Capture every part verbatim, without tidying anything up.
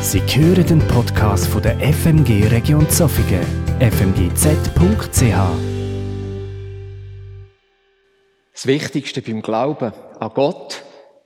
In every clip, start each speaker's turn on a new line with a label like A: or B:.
A: Sie hören den Podcast von der F M G Region Zofingen, f m g z punkt c h.
B: Das Wichtigste beim Glauben an Gott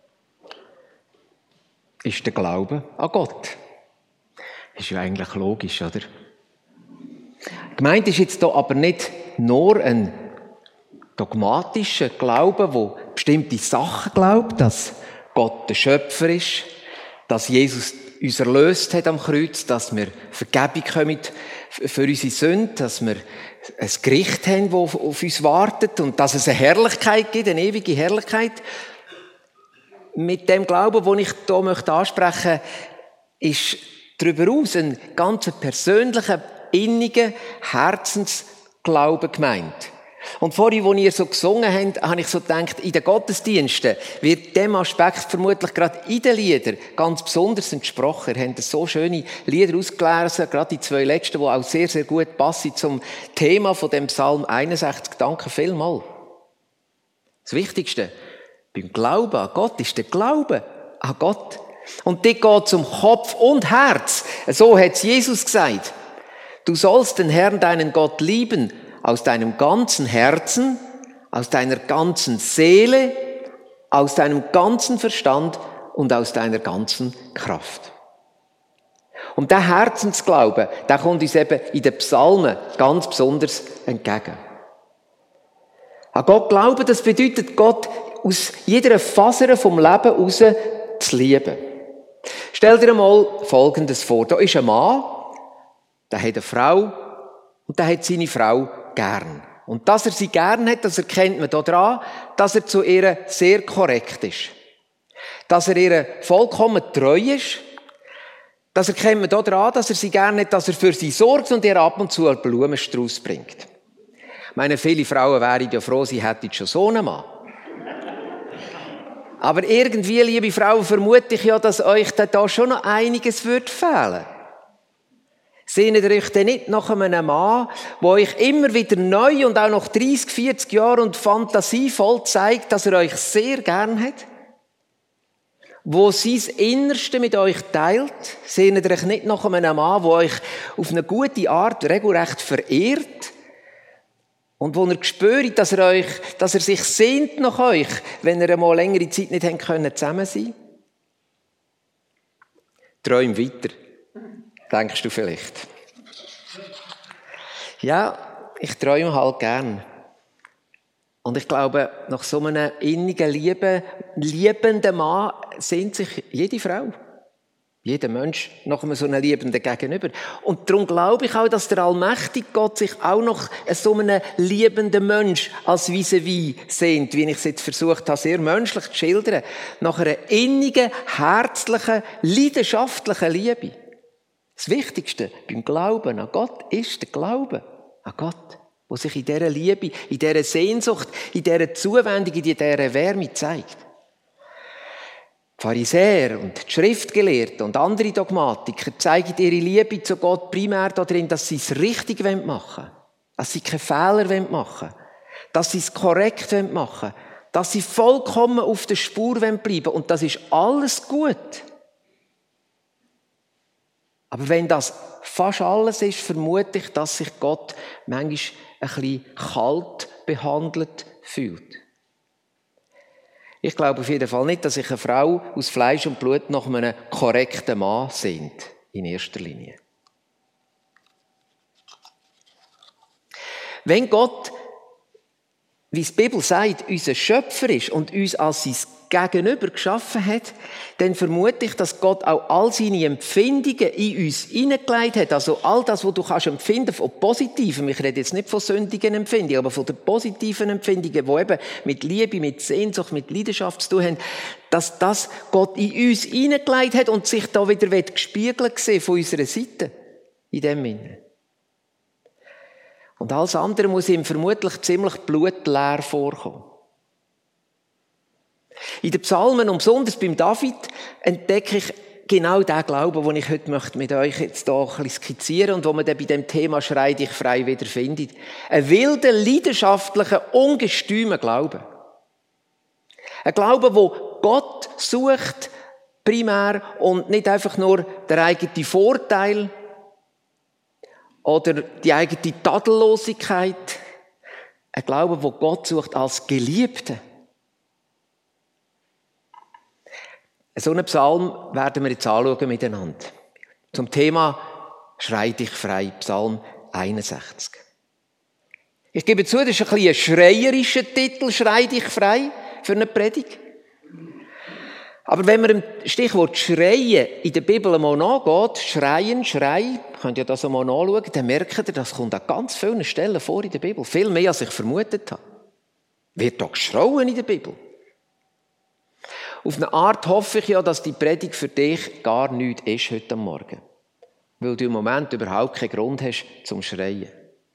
B: ist der Glaube an Gott. Ist ja eigentlich logisch, oder? Gemeint ist jetzt hier aber nicht nur ein dogmatischer Glaube, wo bestimmte Sachen glaubt, dass Gott der Schöpfer ist, dass Jesus uns erlöst hat am Kreuz, dass wir Vergebung bekommen für unsere Sünden, dass wir ein Gericht haben, das auf uns wartet und dass es eine Herrlichkeit gibt, eine ewige Herrlichkeit. Mit dem Glauben, den ich hier ansprechen möchte, ist darüber hinaus ein ganz persönlicher, inniger Herzensglaube gemeint. Und vorhin, als ihr so gesungen habt, habe ich so gedacht, in den Gottesdiensten wird dem Aspekt vermutlich gerade in den Liedern ganz besonders entsprochen. Ihr habt so schöne Lieder ausgelesen, gerade die zwei letzten, die auch sehr, sehr gut passen zum Thema von dem Psalm einundsechzig. Danke vielmals. Das Wichtigste beim Glauben an Gott ist der Glaube an Gott. Und dort geht es um Kopf und Herz. So hat es Jesus gesagt. Du sollst den Herrn, deinen Gott, lieben, aus deinem ganzen Herzen, aus deiner ganzen Seele, aus deinem ganzen Verstand und aus deiner ganzen Kraft. Und der Herzensglaube, der kommt uns eben in den Psalmen ganz besonders entgegen. An Gott glauben, das bedeutet, Gott aus jeder Faser vom Leben heraus zu lieben. Stell dir einmal Folgendes vor. Da ist ein Mann, der hat eine Frau und der hat seine Frau gern. Und dass er sie gern hat, das erkennt man daran, dass er zu ihr sehr korrekt ist. Dass er ihr vollkommen treu ist. Das erkennt man daran, dass er sie gern hat, dass er für sie sorgt und ihr ab und zu einen Blumenstrauß bringt. Ich meine, viele Frauen wären ja froh, sie hätten schon so einen Mann. Aber irgendwie, liebe Frauen, vermute ich ja, dass euch da schon noch einiges wird fehlen. Sehnt ihr euch denn nicht nach einem Mann, der euch immer wieder neu und auch nach dreissig, vierzig Jahren und fantasievoll zeigt, dass er euch sehr gern hat? Wo sein Innerste mit euch teilt? Sehnt ihr euch nicht nach einem Mann, der euch auf eine gute Art regelrecht verehrt? Und wo ihr spürt, dass er euch, dass er sich sehnt nach euch, wenn ihr einmal längere Zeit nicht haben können, zusammen sein? Träum weiter. Denkst du vielleicht? Ja, ich träume halt gern. Und ich glaube, nach so einem innigen, lieben, liebenden Mann sehnt sich jede Frau, jeder Mensch nach einem so einem liebenden Gegenüber. Und darum glaube ich auch, dass der allmächtige Gott sich auch nach so einem liebenden Mensch als vis-à-vis sehnt, wie ich es jetzt versucht habe, sehr menschlich zu schildern, nach einer innigen, herzlichen, leidenschaftlichen Liebe. Das Wichtigste beim Glauben an Gott ist der Glaube an Gott, der sich in dieser Liebe, in dieser Sehnsucht, in dieser Zuwendung, in dieser Wärme zeigt. Die Pharisäer und die Schriftgelehrten und andere Dogmatiker zeigen ihre Liebe zu Gott primär darin, dass sie es richtig machen wollen, dass sie keine Fehler machen wollen, dass sie es korrekt machen wollen, dass sie vollkommen auf der Spur bleiben wollen. Und das ist alles gut. Aber wenn das fast alles ist, vermute ich, dass sich Gott manchmal ein bisschen kalt behandelt fühlt. Ich glaube auf jeden Fall nicht, dass sich eine Frau aus Fleisch und Blut nach einem korrekten Mann sehnt, in erster Linie. Wenn Gott, wie die Bibel sagt, unser Schöpfer ist und uns als sein Gegenüber geschaffen hat, dann vermute ich, dass Gott auch all seine Empfindungen in uns hineingelegt hat. Also all das, was du kannst empfinden von Positiven. Ich rede jetzt nicht von sündigen Empfindungen, aber von den positiven Empfindungen, die eben mit Liebe, mit Sehnsucht, mit Leidenschaft zu tun haben, dass das Gott in uns hineingelegt hat und sich da wieder gespiegelt sehen von unserer Seite. In dem Sinne. Und alles andere muss ihm vermutlich ziemlich blutleer vorkommen. In den Psalmen und besonders beim David entdecke ich genau den Glauben, den ich heute möchte mit euch jetzt hier ein bisschen skizzieren und wo man dann bei dem Thema «Schrei dich frei» wieder findet. Ein wilder, leidenschaftlicher, ungestümer Glaube. Ein Glaube, wo Gott sucht primär und nicht einfach nur der eigene Vorteil oder die eigene Tadellosigkeit. Ein Glaube, wo Gott sucht als Geliebter. So einen Psalm werden wir jetzt anschauen miteinander. Zum Thema Schrei dich frei, Psalm einundsechzig. Ich gebe zu, das ist ein bisschen ein schreierischer Titel, Schrei dich frei, für eine Predigt. Aber wenn man dem Stichwort Schreien in der Bibel einmal nachgeht, Schreien, Schrei, könnt ihr das einmal nachschauen, dann merkt ihr, das kommt an ganz vielen Stellen vor in der Bibel. Viel mehr, als ich vermutet habe. Wird da geschrauen in der Bibel? Auf eine Art hoffe ich ja, dass die Predigt für dich gar nichts ist heute Morgen. Weil du im Moment überhaupt keinen Grund hast zum Schreien.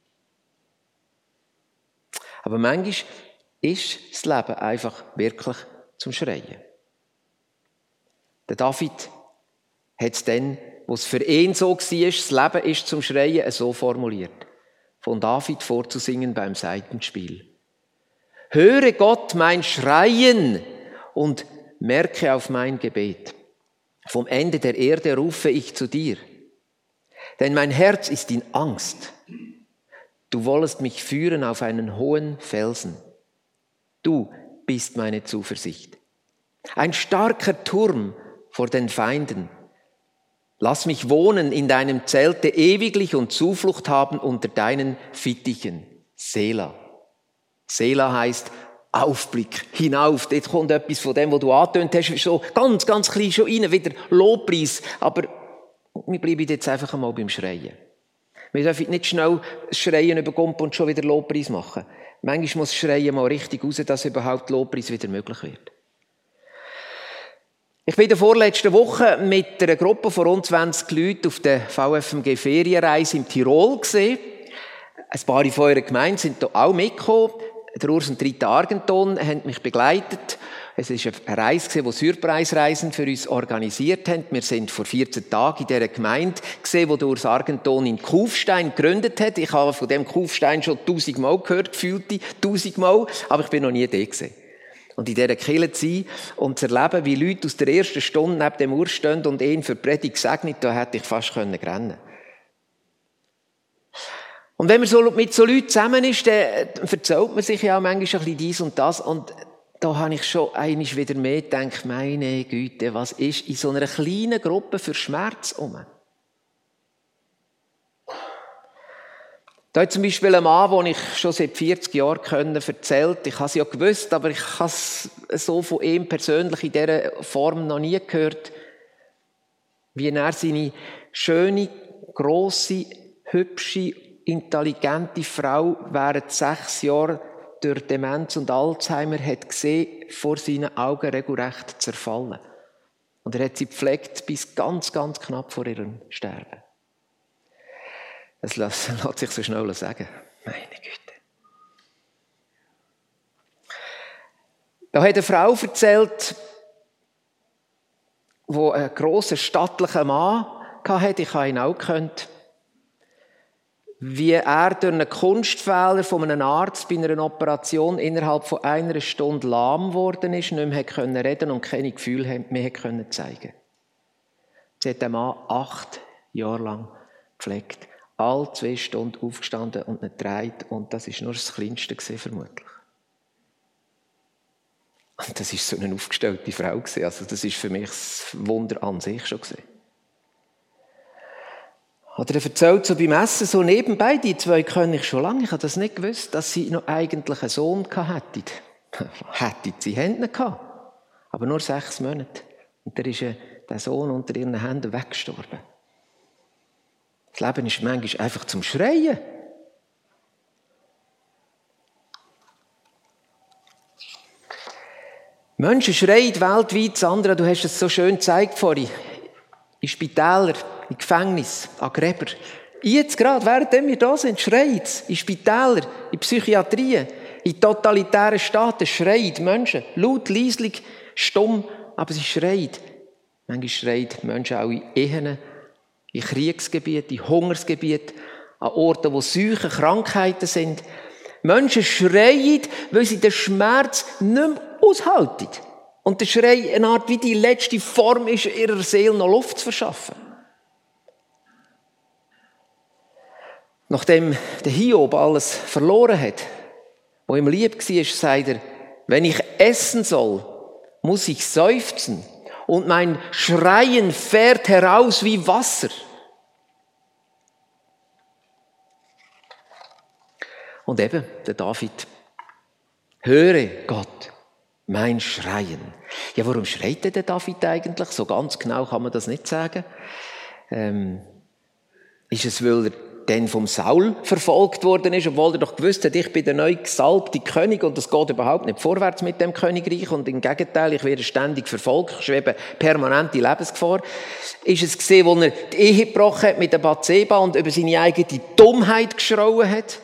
B: Aber manchmal ist das Leben einfach wirklich zum Schreien. Der David hat es dann, wo es für ihn so war, das Leben ist zum Schreien, so formuliert. Von David vorzusingen beim Saitenspiel. Höre Gott mein Schreien und merke auf mein Gebet. Vom Ende der Erde rufe ich zu dir. Denn mein Herz ist in Angst. Du wollest mich führen auf einen hohen Felsen. Du bist meine Zuversicht. Ein starker Turm vor den Feinden. Lass mich wohnen in deinem Zelte ewiglich und Zuflucht haben unter deinen Fittichen. Selah. Selah heißt Aufblick, hinauf. Dort kommt etwas von dem, was du angetönt hast, so ganz, ganz klein schon rein, wieder Lobpreis. Aber wir bleiben jetzt einfach einmal beim Schreien. Wir dürfen nicht schnell Schreien überkommen und schon wieder Lobpreis machen. Manchmal muss das Schreien mal richtig raus, dass überhaupt Lobpreis wieder möglich wird. Ich bin in der vorletzten Woche mit einer Gruppe von rund zwanzig Leuten auf der V F M G-Ferienreise im Tirol gesehen. Ein paar von eurer Gemeinde sind hier auch mitgekommen. Der Urs und Rita Argenton haben mich begleitet. Es war eine Reise, die Surprise-Reisen für uns organisiert haben. Wir sind vor vierzehn Tagen in dieser Gemeinde gesehen, wo der Urs Argenton in Kufstein gegründet hat. Ich habe von dem Kufstein schon tausendmal gehört, gefühlte tausendmal, aber ich bin noch nie da gewesen. Und in dieser Kirche zu sein und zu erleben, wie Leute aus der ersten Stunde neben dem Urs stehen und ihn für die Predigt gesegnet, da hätte ich fast rennen können. Und wenn man so mit so Leuten zusammen ist, dann erzählt man sich ja auch manchmal ein bisschen dies und das. Und da habe ich schon einmal wieder mehr gedacht, meine Güte, was ist in so einer kleinen Gruppe für Schmerz um? Da hat zum Beispiel ein Mann, den ich schon seit vierzig Jahren kenne, erzählt. Ich habe es ja gewusst, aber ich habe es so von ihm persönlich in dieser Form noch nie gehört, wie er seine schöne, grosse, hübsche, intelligente Frau während sechs Jahren durch Demenz und Alzheimer hat gesehen, vor seinen Augen regelrecht zerfallen. Und er hat sie gepflegt bis ganz, ganz knapp vor ihrem Sterben. Das lässt sich so schnell sagen. Meine Güte. Da hat eine Frau erzählt, die einen grossen, stattlichen Mann hatte. Ich habe ihn auch gekannt. Wie er durch einen Kunstfehler von einem Arzt bei einer Operation innerhalb von einer Stunde lahm geworden ist, nicht mehr reden konnte und keine Gefühle mehr zeigen konnte. Sie hat den Mann acht Jahre lang gepflegt. Alle zwei Stunden aufgestanden und nicht gedreht. Und das war nur das Kleinste gewesen, vermutlich. Und das war so eine aufgestellte Frau gewesen. Also das war für mich das Wunder an sich schon gewesen. Oder er erzählt so beim Essen so nebenbei, die zwei kenne ich schon lange, ich habe das nicht gewusst, dass sie noch eigentlich einen Sohn hätten. Hätten sie Hände gehabt, aber nur sechs Monate. Und da ist der Sohn unter ihren Händen weggestorben. Das Leben ist manchmal einfach zum Schreien. Menschen schreien weltweit, Sandra, du hast es so schön gezeigt vorhin, in Spitälern, in Gefängnissen, an Gräber. Jetzt gerade, während wir da sind, schreit es. In Spitälern, in Psychiatrien, in totalitären Staaten schreit Menschen. Laut, leislich, stumm, aber sie schreien. Manchmal schreien Menschen auch in Ehen, in Kriegsgebieten, in Hungersgebieten, an Orten, wo Seuchen, Krankheiten sind. Menschen schreien, weil sie den Schmerz nicht mehr aushalten. Und der Schrei, eine Art wie die letzte Form ist, ihrer Seele noch Luft zu verschaffen. Nachdem der Hiob alles verloren hat, wo ihm lieb war, sagt er, wenn ich essen soll, muss ich seufzen und mein Schreien fährt heraus wie Wasser. Und eben, der David, höre Gott, mein Schreien. Ja, warum schreit denn der David eigentlich? So ganz genau kann man das nicht sagen. Ähm, ist es, weil er dann vom Saul verfolgt worden ist, obwohl er doch gewusst hat, ich bin der neu gesalbte König und es geht überhaupt nicht vorwärts mit dem Königreich und im Gegenteil, ich werde ständig verfolgt, ich schwebe permanente Lebensgefahr. Ist es gesehen, wo er die Ehe gebrochen hat mit der Bathseba und über seine eigene Dummheit geschrauen hat?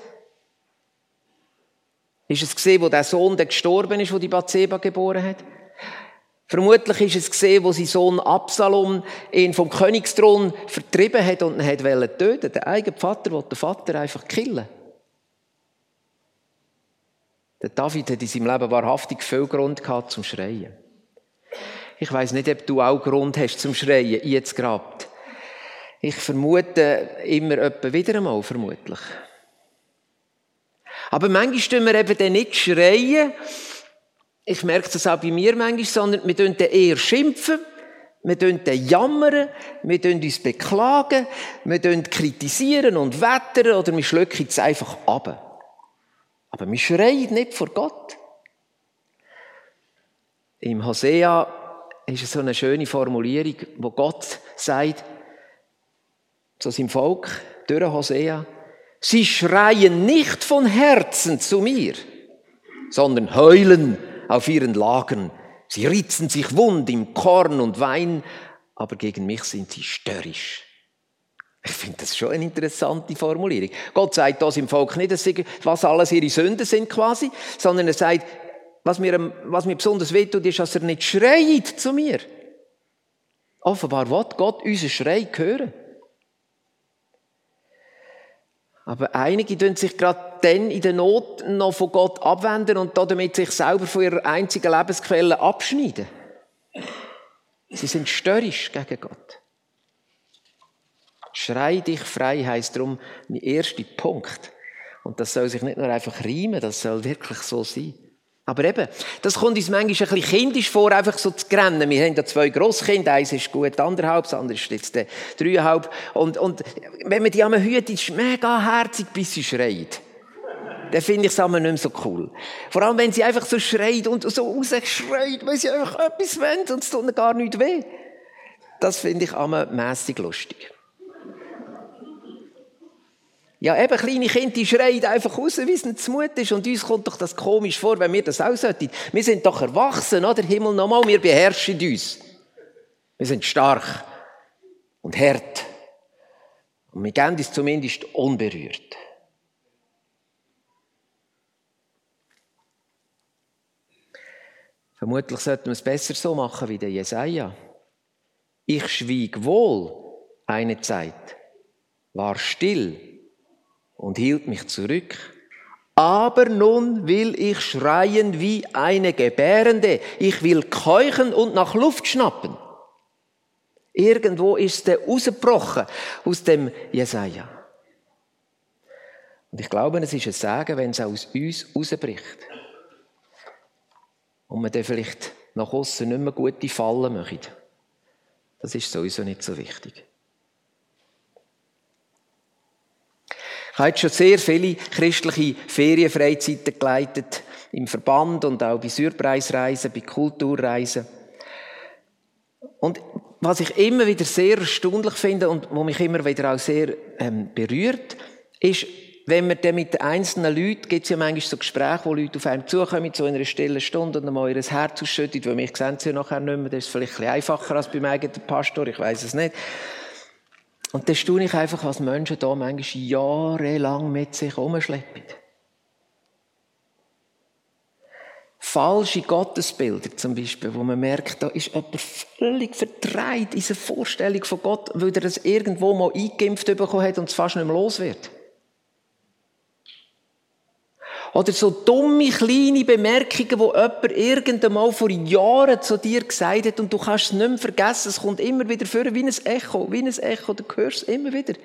B: Ist es gesehen, wo der Sohn der gestorben ist, wo die Bathseba geboren hat? Vermutlich ist es gesehen, wo sein Sohn Absalom ihn vom Königsthron vertrieben hat und ihn wollte töten. Der eigene Vater wollte den Vater einfach killen. Der David hat in seinem Leben wahrhaftig viel Grund gehabt zum Schreien. Ich weiss nicht, ob du auch Grund hast zum Schreien, jetzt gerade. Ich vermute immer etwa wieder einmal, vermutlich. Aber manchmal tun wir eben dann nicht schreien. Ich merke das auch bei mir manchmal, sondern wir tun dann eher schimpfen, wir tun dann jammern, wir tun uns beklagen, wir tun kritisieren und wettern oder wir schlucken es einfach ab. Aber wir schreien nicht vor Gott. Im Hosea ist es so eine schöne Formulierung, wo Gott sagt zu seinem Volk, durch Hosea, sie schreien nicht von Herzen zu mir, sondern heulen auf ihren Lagern. Sie ritzen sich wund im Korn und Wein, aber gegen mich sind sie störrisch. Ich finde das schon eine interessante Formulierung. Gott sagt das im Volk nicht, was alles ihre Sünden sind quasi, sondern er sagt, was mir, was mir besonders wehtut, ist, dass er nicht schreit zu mir. Offenbar will Gott unseren Schrei hören. Aber einige tun sich gerade dann in der Not noch von Gott abwenden und damit sich selber von ihrer einzigen Lebensquelle abschneiden. Sie sind störrisch gegen Gott. Schrei dich frei heisst darum mein erster Punkt. Und das soll sich nicht nur einfach reimen, das soll wirklich so sein. Aber eben, das kommt uns manchmal ein bisschen kindisch vor, einfach so zu rennen. Wir haben da zwei Grosskinder, eins ist gut, anderthalb, das andere ist jetzt der dreieinhalb. Und, und wenn man die einmal hütet, ist es mega herzig, bis sie schreit. Dann finde ich es einmal nicht mehr so cool. Vor allem, wenn sie einfach so schreit und so rausschreit, weil sie einfach etwas wollen und es tut ihnen gar nicht weh. Das finde ich einmal mässig lustig. Ja, eben, kleine Kinder, die schreien einfach raus, wie es ihnen zumute ist. Und uns kommt doch das komisch vor, wenn wir das auch sollten. Wir sind doch erwachsen, oder? Himmel nochmal, wir beherrschen uns. Wir sind stark und hart. Und wir geben uns zumindest unberührt. Vermutlich sollten wir es besser so machen wie der Jesaja. Ich schwieg wohl eine Zeit, war still und hielt mich zurück. Aber nun will ich schreien wie eine Gebärende. Ich will keuchen und nach Luft schnappen. Irgendwo ist der rausgebrochen aus dem Jesaja. Und ich glaube, es ist ein Segen, wenn es aus uns rausbricht. Und man dann vielleicht nach aussen nicht mehr gute Fallen macht. Das ist sowieso nicht so wichtig. Ich habe jetzt schon sehr viele christliche Ferienfreizeiten geleitet, im Verband und auch bei Surpreisreisen, bei Kulturreisen. Und was ich immer wieder sehr erstaunlich finde und was mich immer wieder auch sehr ähm, berührt, ist, wenn man dann mit den einzelnen Leuten, gibt es ja manchmal so Gespräche, wo Leute auf einem zukommen, zu einer stillen Stunde und einmal ihr Herz ausschüttet, weil mich sehen sie ja nachher nicht mehr, das ist vielleicht ein bisschen einfacher als beim eigenen Pastor, ich weiss es nicht. Und dann staune ich einfach, was Menschen da manchmal jahrelang mit sich herumschleppen. Falsche Gottesbilder zum Beispiel, wo man merkt, da ist jemand völlig verdreht in seiner Vorstellung von Gott, weil er das irgendwo mal eingeimpft bekommen hat und es fast nicht mehr los wird. Oder so dumme, kleine Bemerkungen, die jemand irgendwann mal vor Jahren zu dir gesagt hat und du kannst es nicht mehr vergessen. Es kommt immer wieder vor, wie ein Echo, wie ein Echo, du hörst es immer wieder.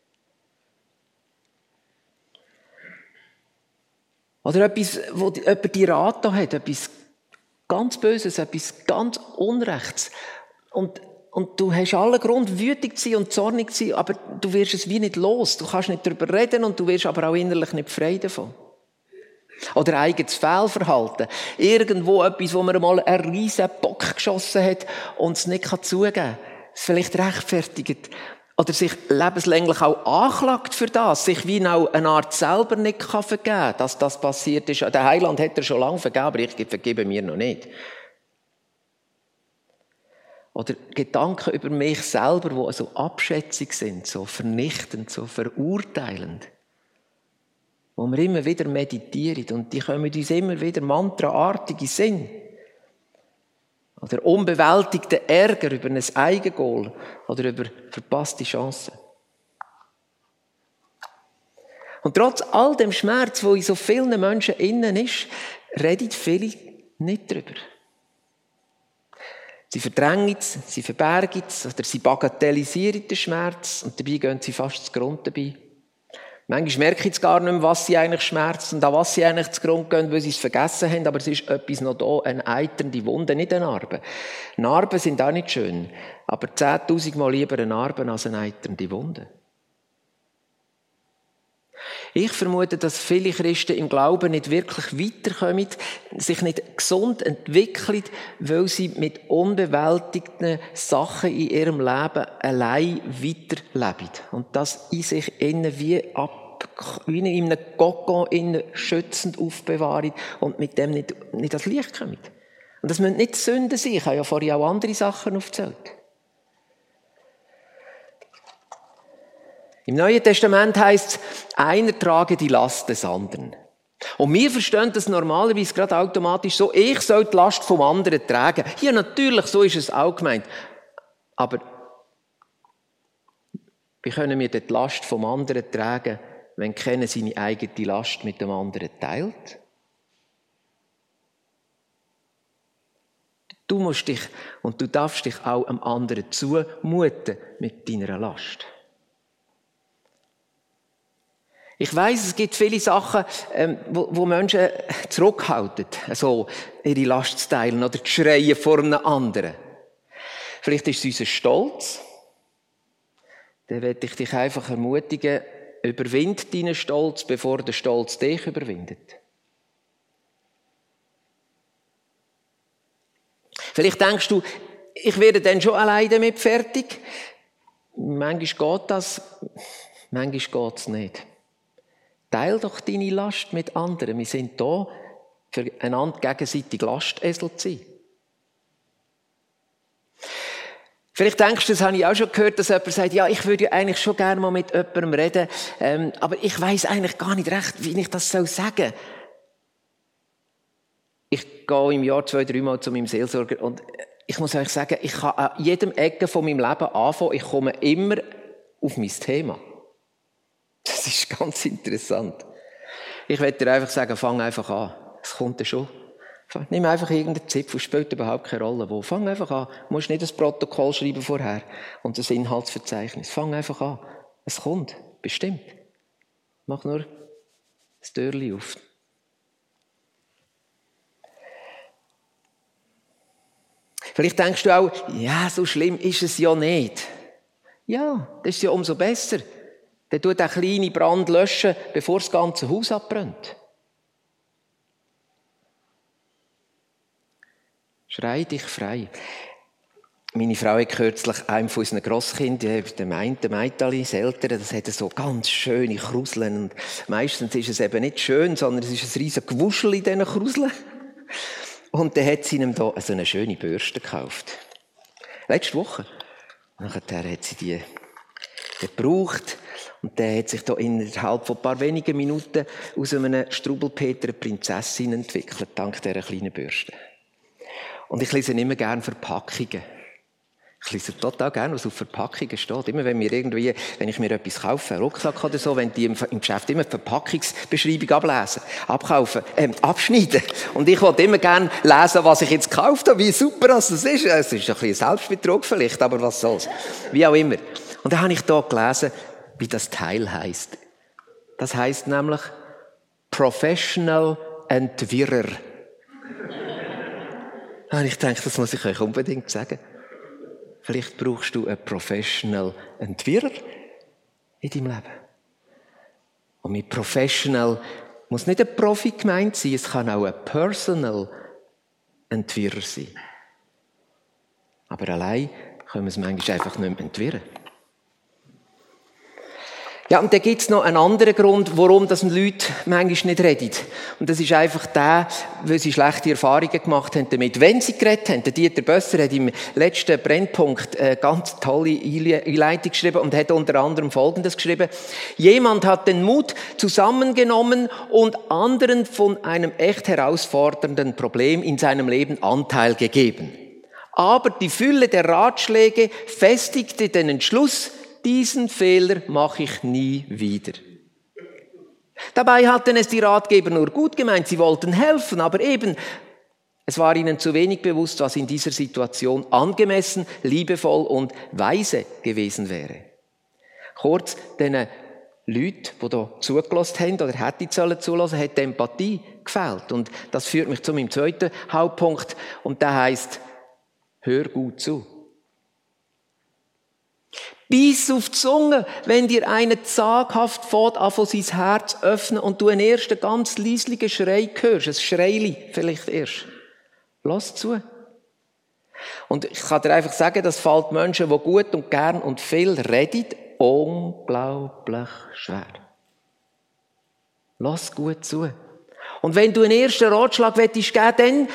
B: Oder etwas, wo jemand die Rat hat, etwas ganz Böses, etwas ganz Unrechts. Und, und du hast allen Grund, wütend zu sein und zornig zu sein, aber du wirst es wie nicht los. Du kannst nicht darüber reden und du wirst aber auch innerlich nicht frei davon. Oder eigenes Fehlverhalten. Irgendwo etwas, wo man mal einen riesen Bock geschossen hat und es nicht zugeben kann. Es vielleicht rechtfertigt. Oder sich lebenslänglich auch anklagt für das. Sich wie auch eine Art selber nicht vergeben kann, dass das passiert ist. Der Heiland hat er schon lange vergeben, aber ich vergebe mir noch nicht. Oder Gedanken über mich selber, die so abschätzig sind, so vernichtend, so verurteilend. Wo wir immer wieder meditieren und die kommen uns immer wieder mantraartig in Sinn. Oder unbewältigter Ärger über ein Eigengoal oder über verpasste Chancen. Und trotz all dem Schmerz, der in so vielen Menschen innen ist, reden viele nicht darüber. Sie verdrängen es, sie verbergen es oder sie bagatellisieren den Schmerz und dabei gehen sie fast zugrunde dabei. Manchmal merken sie gar nicht mehr, was sie eigentlich schmerzt und an was sie eigentlich zugrunde gehen, weil sie es vergessen haben, aber es ist etwas noch da, eine eiternde Wunde, nicht eine Narbe. Narben sind auch nicht schön, aber zehntausendmal lieber eine Narbe als eine eiternde Wunde. Ich vermute, dass viele Christen im Glauben nicht wirklich weiterkommen, sich nicht gesund entwickeln, weil sie mit unbewältigten Sachen in ihrem Leben allein weiterleben. Und das in sich innen wie ab, wie in einem Kokon innen schützend aufbewahren und mit dem nicht, nicht ans Licht kommen. Und das müssen nicht Sünden sein. Ich habe ja vorhin auch andere Sachen aufgezählt. Im Neuen Testament heisst es, einer trage die Last des anderen. Und wir verstehen das normalerweise gerade automatisch so, ich soll die Last vom anderen tragen. Hier natürlich, so ist es auch gemeint. Aber wie können wir die Last vom anderen tragen, wenn keiner seine eigene Last mit dem anderen teilt? Du musst dich und du darfst dich auch dem anderen zumuten mit deiner Last. Ich weiss, es gibt viele Sachen, ähm, wo, wo Menschen zurückhalten, also ihre Last zu teilen oder zu schreien vor einem anderen. Vielleicht ist es unser Stolz. Dann möchte ich dich einfach ermutigen, überwind deinen Stolz, bevor der Stolz dich überwindet. Vielleicht denkst du, ich werde dann schon allein damit fertig. Manchmal geht das, manchmal geht es nicht. Teil doch deine Last mit anderen. Wir sind da, für einander gegenseitig Lastesel zu sein. Vielleicht denkst du, das habe ich auch schon gehört, dass jemand sagt, ja, ich würde ja eigentlich schon gerne mal mit jemandem reden, ähm, aber ich weiss eigentlich gar nicht recht, wie ich das soll sagen. Ich gehe im Jahr zwei, drei Mal zu meinem Seelsorger und ich muss euch sagen, ich kann an jedem Ecke von meinem Leben anfangen, ich komme immer auf mein Thema. Das ist ganz interessant. Ich werde dir einfach sagen, fang einfach an. Es kommt ja schon. Nimm einfach irgendeinen Zipfel, spielt überhaupt keine Rolle wo. Fang einfach an. Du musst nicht ein Protokoll schreiben vorher und ein Inhaltsverzeichnis. Fang einfach an. Es kommt. Bestimmt. Mach nur das Türchen auf. Vielleicht denkst du auch, ja, so schlimm ist es ja nicht. Ja, das ist ja umso besser. Dann tut der kleine Brand löschen, bevor das ganze Haus abbrennt. Schrei dich frei. Meine Frau hat kürzlich einem von unseren Grosskindern, dem einen, dem Meitali, das Ältere, das hat so ganz schöne Kruseln. Und meistens ist es eben nicht schön, sondern es ist ein riesen Gewuschel in diesen Kruseln. Und dann hat sie ihm da so eine schöne Bürste gekauft. Letzte Woche. Nachher hat sie die gebraucht. Und der hat sich da innerhalb von ein paar wenigen Minuten aus einem Strubelpeter eine Prinzessin entwickelt, dank dieser kleinen Bürste. Und ich lese immer gerne Verpackungen. Ich lese total gerne, was auf Verpackungen steht. Immer wenn, mir irgendwie, wenn ich mir etwas kaufe, einen Rucksack oder so, wenn die im, im Geschäft immer die Verpackungsbeschreibung ablesen, abkaufen, ähm, abschneiden. Und ich wollte immer gerne lesen, was ich jetzt gekauft habe, wie super das ist. Es ist ein bisschen ein Selbstbetrug vielleicht, aber was soll's. Wie auch immer. Und dann habe ich da gelesen, wie das Teil heisst. Das heisst nämlich Professional Entwirrer. Da habe ich gedacht, das muss ich euch unbedingt sagen. Vielleicht brauchst du einen Professional Entwirrer in deinem Leben. Und mit Professional muss nicht ein Profi gemeint sein, es kann auch ein Personal Entwirrer sein. Aber allein können wir es manchmal einfach nicht mehr entwirren. Ja, und dann gibt es noch einen anderen Grund, warum das Leute manchmal nicht reden. Und das ist einfach der, weil sie schlechte Erfahrungen gemacht haben damit. Wenn sie geredet haben, der Dieter Bösser hat im letzten Brennpunkt eine ganz tolle Einleitung geschrieben und hat unter anderem Folgendes geschrieben. Jemand hat den Mut zusammengenommen und anderen von einem echt herausfordernden Problem in seinem Leben Anteil gegeben. Aber die Fülle der Ratschläge festigte den Entschluss, diesen Fehler mache ich nie wieder. Dabei hatten es die Ratgeber nur gut gemeint, sie wollten helfen, aber eben, es war ihnen zu wenig bewusst, was in dieser Situation angemessen, liebevoll und weise gewesen wäre. Kurz, diesen Leuten, die hier zugelassen haben oder hätten sollen zulassen, hat die Empathie gefehlt. Und das führt mich zu meinem zweiten Hauptpunkt, und der heisst, hör gut zu. Biss auf die Zunge, wenn dir einer zaghaft fährt, anfängt sein Herz öffnen und du einen ersten ganz leislichen Schrei hörst, ein Schreili vielleicht erst. Lass zu. Und ich kann dir einfach sagen, das fällt Menschen, die gut und gern und viel reden, unglaublich schwer. Lass gut zu. Und wenn du einen ersten Ratschlag geben willst, dann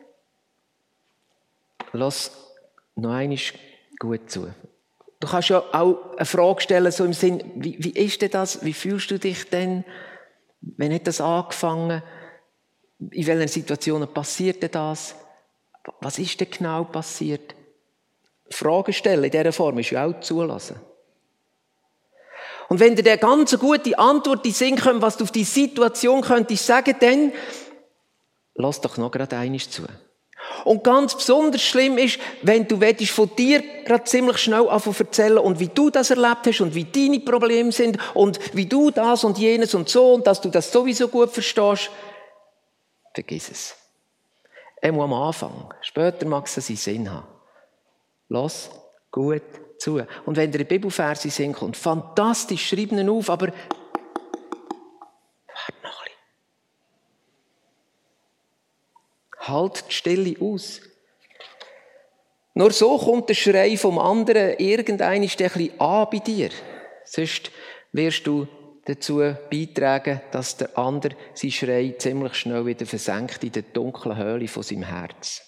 B: lass noch einmal gut zu. Du kannst ja auch eine Frage stellen, so im Sinn, wie, wie ist denn das? Wie fühlst du dich denn? Wann hat das angefangen? In welchen Situationen passiert denn das? Was ist denn genau passiert? Fragen stellen in dieser Form ist ja auch zulassen. Und wenn dir eine ganz gute Antwort in den Sinn kommt, was du auf die Situation könntest sagen, dann lass doch noch gerade einmal zu. Und ganz besonders schlimm ist, wenn du von dir gerade ziemlich schnell anfangen zu erzählen und wie du das erlebt hast und wie deine Probleme sind und wie du das und jenes und so und dass du das sowieso gut verstehst. Vergiss es. Er muss am Anfang. Später mag es seinen Sinn haben. Lass gut zu. Und wenn dir ein Bibelvers in den Sinn kommt, fantastisch, schreib ihn auf, aber halt die Stille aus. Nur so kommt der Schrei vom anderen irgendein Stückchen an bei dir. Sonst wirst du dazu beitragen, dass der andere seinen Schrei ziemlich schnell wieder versenkt in der dunklen Höhle von seinem Herz.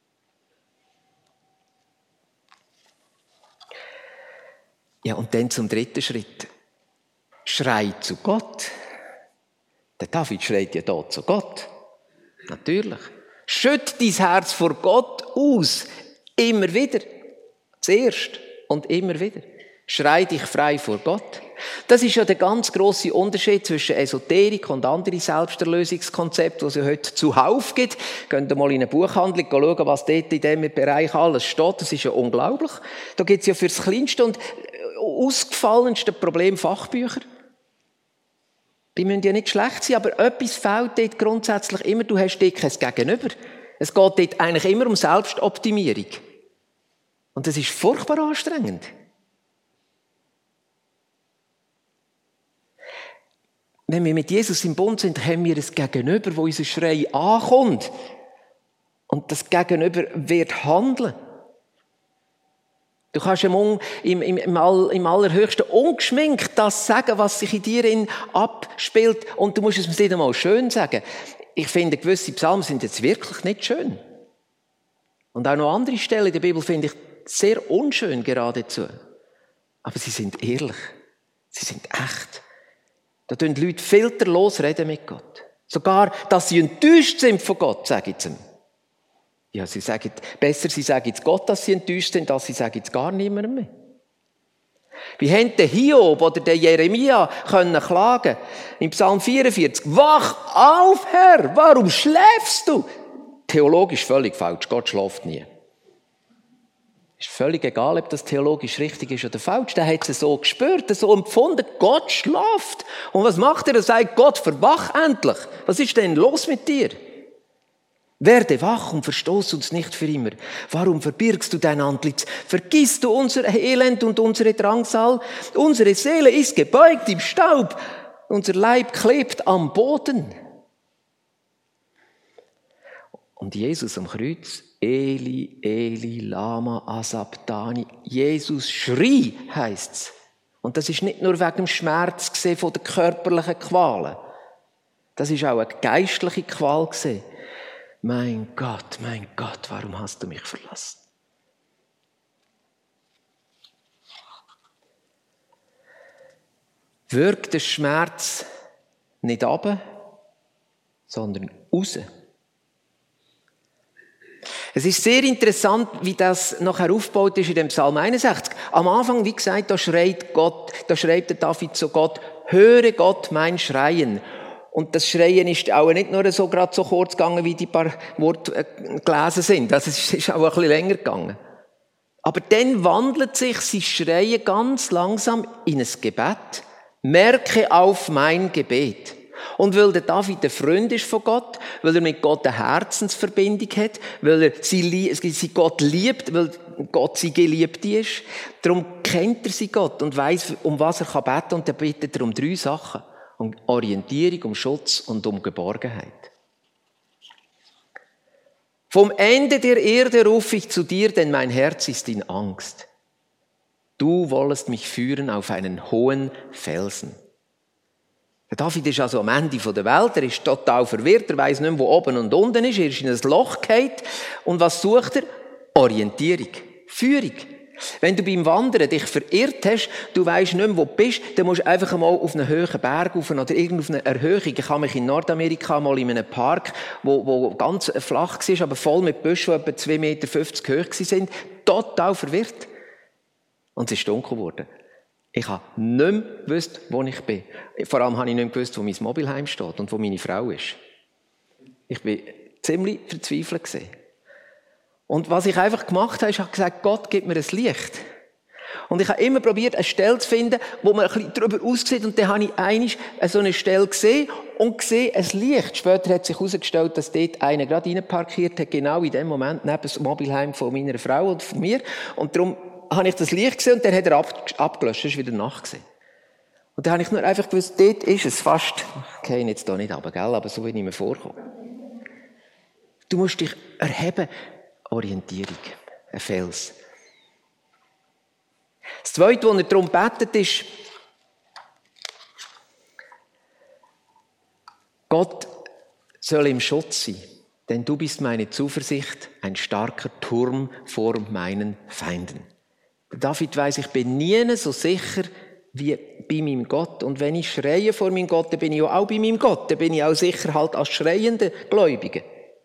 B: Ja, und dann zum dritten Schritt. Schrei zu Gott. Der David schreit ja da zu Gott. Natürlich. Schütt dein Herz vor Gott aus. Immer wieder. Zuerst und immer wieder. Schrei dich frei vor Gott. Das ist ja der ganz grosse Unterschied zwischen Esoterik und anderen Selbsterlösungskonzepten, die es heute zuhauf gibt. Könnt ihr mal in eine Buchhandlung schauen, was dort in diesem Bereich alles steht. Das ist ja unglaublich. Da gibt es ja für das kleinste und ausgefallenste Problem Fachbücher. Die müssen ja nicht schlecht sein, aber etwas fehlt dort grundsätzlich immer. Du hast dort kein Gegenüber. Es geht dort eigentlich immer um Selbstoptimierung. Und das ist furchtbar anstrengend. Wenn wir mit Jesus im Bund sind, haben wir ein Gegenüber, wo unser Schrei ankommt. Und das Gegenüber wird handeln. Du kannst im, im, im, im, all, im allerhöchsten ungeschminkt das sagen, was sich in dir abspielt. Und du musst es mir nicht einmal schön sagen. Ich finde, gewisse Psalmen sind jetzt wirklich nicht schön. Und auch noch andere Stellen in der Bibel finde ich sehr unschön geradezu. Aber sie sind ehrlich. Sie sind echt. Da tun die Leute filterlos reden mit Gott. Sogar, dass sie enttäuscht sind von Gott, sage ich ihm. Ja, sie sagen, besser, sie sagen jetzt Gott, dass sie enttäuscht sind, als sie sagen jetzt gar niemandem mehr. Wie hätte der Hiob oder der Jeremia können klagen? Im Psalm vierundvierzig. Wach auf, Herr! Warum schläfst du? Theologisch völlig falsch. Gott schläft nie. Ist völlig egal, ob das theologisch richtig ist oder falsch. Der hat es so gespürt, so empfunden. Gott schläft. Und was macht er? Er sagt, Gott, verwach endlich. Was ist denn los mit dir? Werde wach und verstoß uns nicht für immer. Warum verbirgst du dein Antlitz? Vergisst du unser Elend und unsere Drangsal? Unsere Seele ist gebeugt im Staub. Unser Leib klebt am Boden. Und Jesus am Kreuz, Eli, Eli, lama asabdani. Jesus schrie, heisst's. Und das ist nicht nur wegen dem Schmerz gesehen von den körperlichen Qualen. Das ist auch eine geistliche Qual gesehen. Mein Gott, mein Gott, warum hast du mich verlassen? Wirkt der Schmerz nicht runter, sondern raus. Es ist sehr interessant, wie das nachher aufgebaut ist in dem Psalm einundsechzig. Am Anfang, wie gesagt, da schreit Gott, da schreibt der David zu Gott, höre Gott mein Schreien. Und das Schreien ist auch nicht nur so gerade so kurz gegangen, wie die paar Worte gelesen sind. Also es ist auch ein bisschen länger gegangen. Aber dann wandelt sich sein Schreien ganz langsam in ein Gebet. Merke auf mein Gebet. Und weil der David ein Freund ist von Gott, weil er mit Gott eine Herzensverbindung hat, weil er sie, sie Gott liebt, weil Gott sie Geliebte ist, darum kennt er sie Gott und weiss, um was er beten kann. Und er bittet er um drei Sachen. Um Orientierung, um Schutz und um Geborgenheit. Vom Ende der Erde rufe ich zu dir, denn mein Herz ist in Angst. Du wollest mich führen auf einen hohen Felsen. Der David ist also am Ende der Welt, er ist total verwirrt, er weiss nicht mehr, wo oben und unten ist, er ist in ein Loch gefallen. Und was sucht er? Orientierung, Führung. Wenn du beim Wandern dich verirrt hast, du weisst nicht mehr, wo du bist, dann musst du einfach einmal auf einen hohen Berg rauf oder irgend auf eine Erhöhung. Ich habe mich in Nordamerika mal in einem Park, wo, wo ganz flach war, aber voll mit Büschen, die etwa zwei Meter fünfzig hoch waren, total verwirrt. Und es ist dunkel geworden. Ich habe nicht mehr gewusst, wo ich bin. Vor allem habe ich nicht mehr gewusst, wo mein Mobilheim steht und wo meine Frau ist. Ich war ziemlich verzweifelt gewesen. Und was ich einfach gemacht habe, ist, ich habe gesagt, Gott, gib mir ein Licht. Und ich habe immer probiert, eine Stelle zu finden, wo man ein bisschen darüber aussieht. Und dann habe ich einmal so eine Stelle gesehen und gesehen, ein Licht. Später hat sich herausgestellt, dass dort einer gerade reinparkiert hat, genau in dem Moment, neben dem Mobilheim von meiner Frau und von mir. Und darum habe ich das Licht gesehen und dann hat er ab, abgelöscht. Es war wieder Nacht gewesen. Und dann habe ich nur einfach gewusst, dort ist es fast, ich gehe jetzt hier nicht runter, gell, aber so wie ich mir vorkomme. Du musst dich erheben. Orientierung, ein Fels. Das Zweite, was er darum betet, ist, Gott soll im Schutz sein, denn du bist meine Zuversicht, ein starker Turm vor meinen Feinden. David weiss, ich bin nie so sicher wie bei meinem Gott. Und wenn ich schreie vor meinem Gott, dann bin ich auch bei meinem Gott. Dann bin ich auch sicher halt als schreiende Gläubige.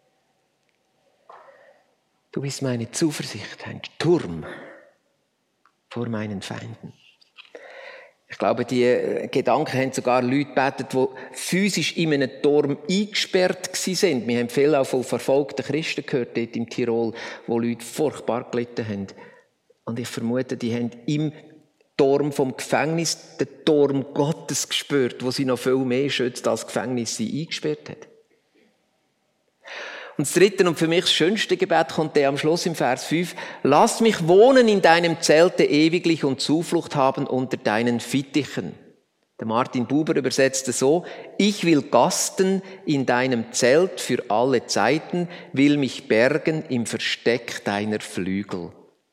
B: Du bist meine Zuversicht, ein Turm vor meinen Feinden. Ich glaube, die Gedanken haben sogar Leute gebetet, die physisch in einem Turm eingesperrt waren. Wir haben viel auch von verfolgten Christen gehört, dort im Tirol, wo Leute furchtbar gelitten haben. Und ich vermute, die haben im Turm vom Gefängnis den Turm Gottes gespürt, wo sie noch viel mehr schützt, als das Gefängnis sie eingesperrt hat. Und das dritte und für mich das schönste Gebet kommt der am Schluss im Vers fünf. Lass mich wohnen in deinem Zelte ewiglich und Zuflucht haben unter deinen Fittichen. Der Martin Buber übersetzt es so. Ich will gasten in deinem Zelt für alle Zeiten, will mich bergen im Versteck deiner Flügel.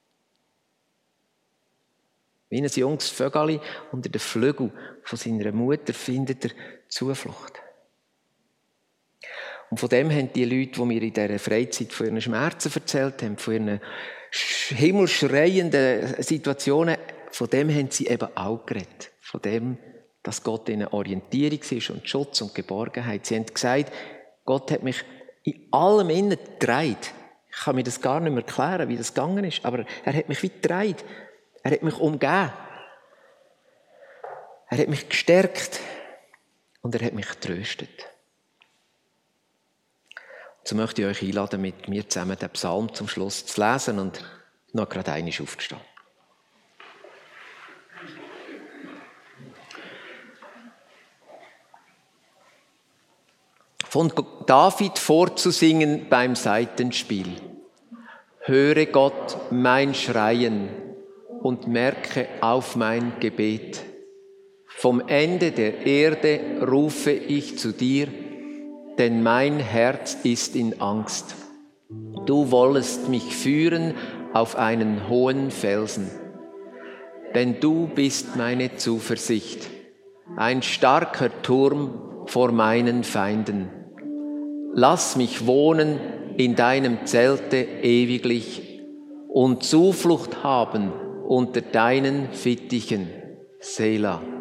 B: Wie ein junges Vögeli unter den Flügeln von seiner Mutter findet er Zuflucht. Und von dem haben die Leute, die mir in dieser Freizeit von ihren Schmerzen erzählt haben, von ihren himmelschreienden Situationen, von dem haben sie eben auch geredet. Von dem, dass Gott ihnen Orientierung ist und Schutz und Geborgenheit. Sie haben gesagt, Gott hat mich in allem innen getragen. Ich kann mir das gar nicht mehr erklären, wie das gegangen ist, aber er hat mich wie getragen. Er hat mich umgeben. Er hat mich gestärkt. Und er hat mich getröstet. So möchte ich euch einladen, mit mir zusammen den Psalm zum Schluss zu lesen und noch gerade einmal aufzustehen. Von David vorzusingen beim Saitenspiel. Höre Gott mein Schreien und merke auf mein Gebet. Vom Ende der Erde rufe ich zu dir, denn mein Herz ist in Angst. Du wollest mich führen auf einen hohen Felsen, denn du bist meine Zuversicht, ein starker Turm vor meinen Feinden. Lass mich wohnen in deinem Zelte ewiglich und Zuflucht haben unter deinen Fittichen. Selah.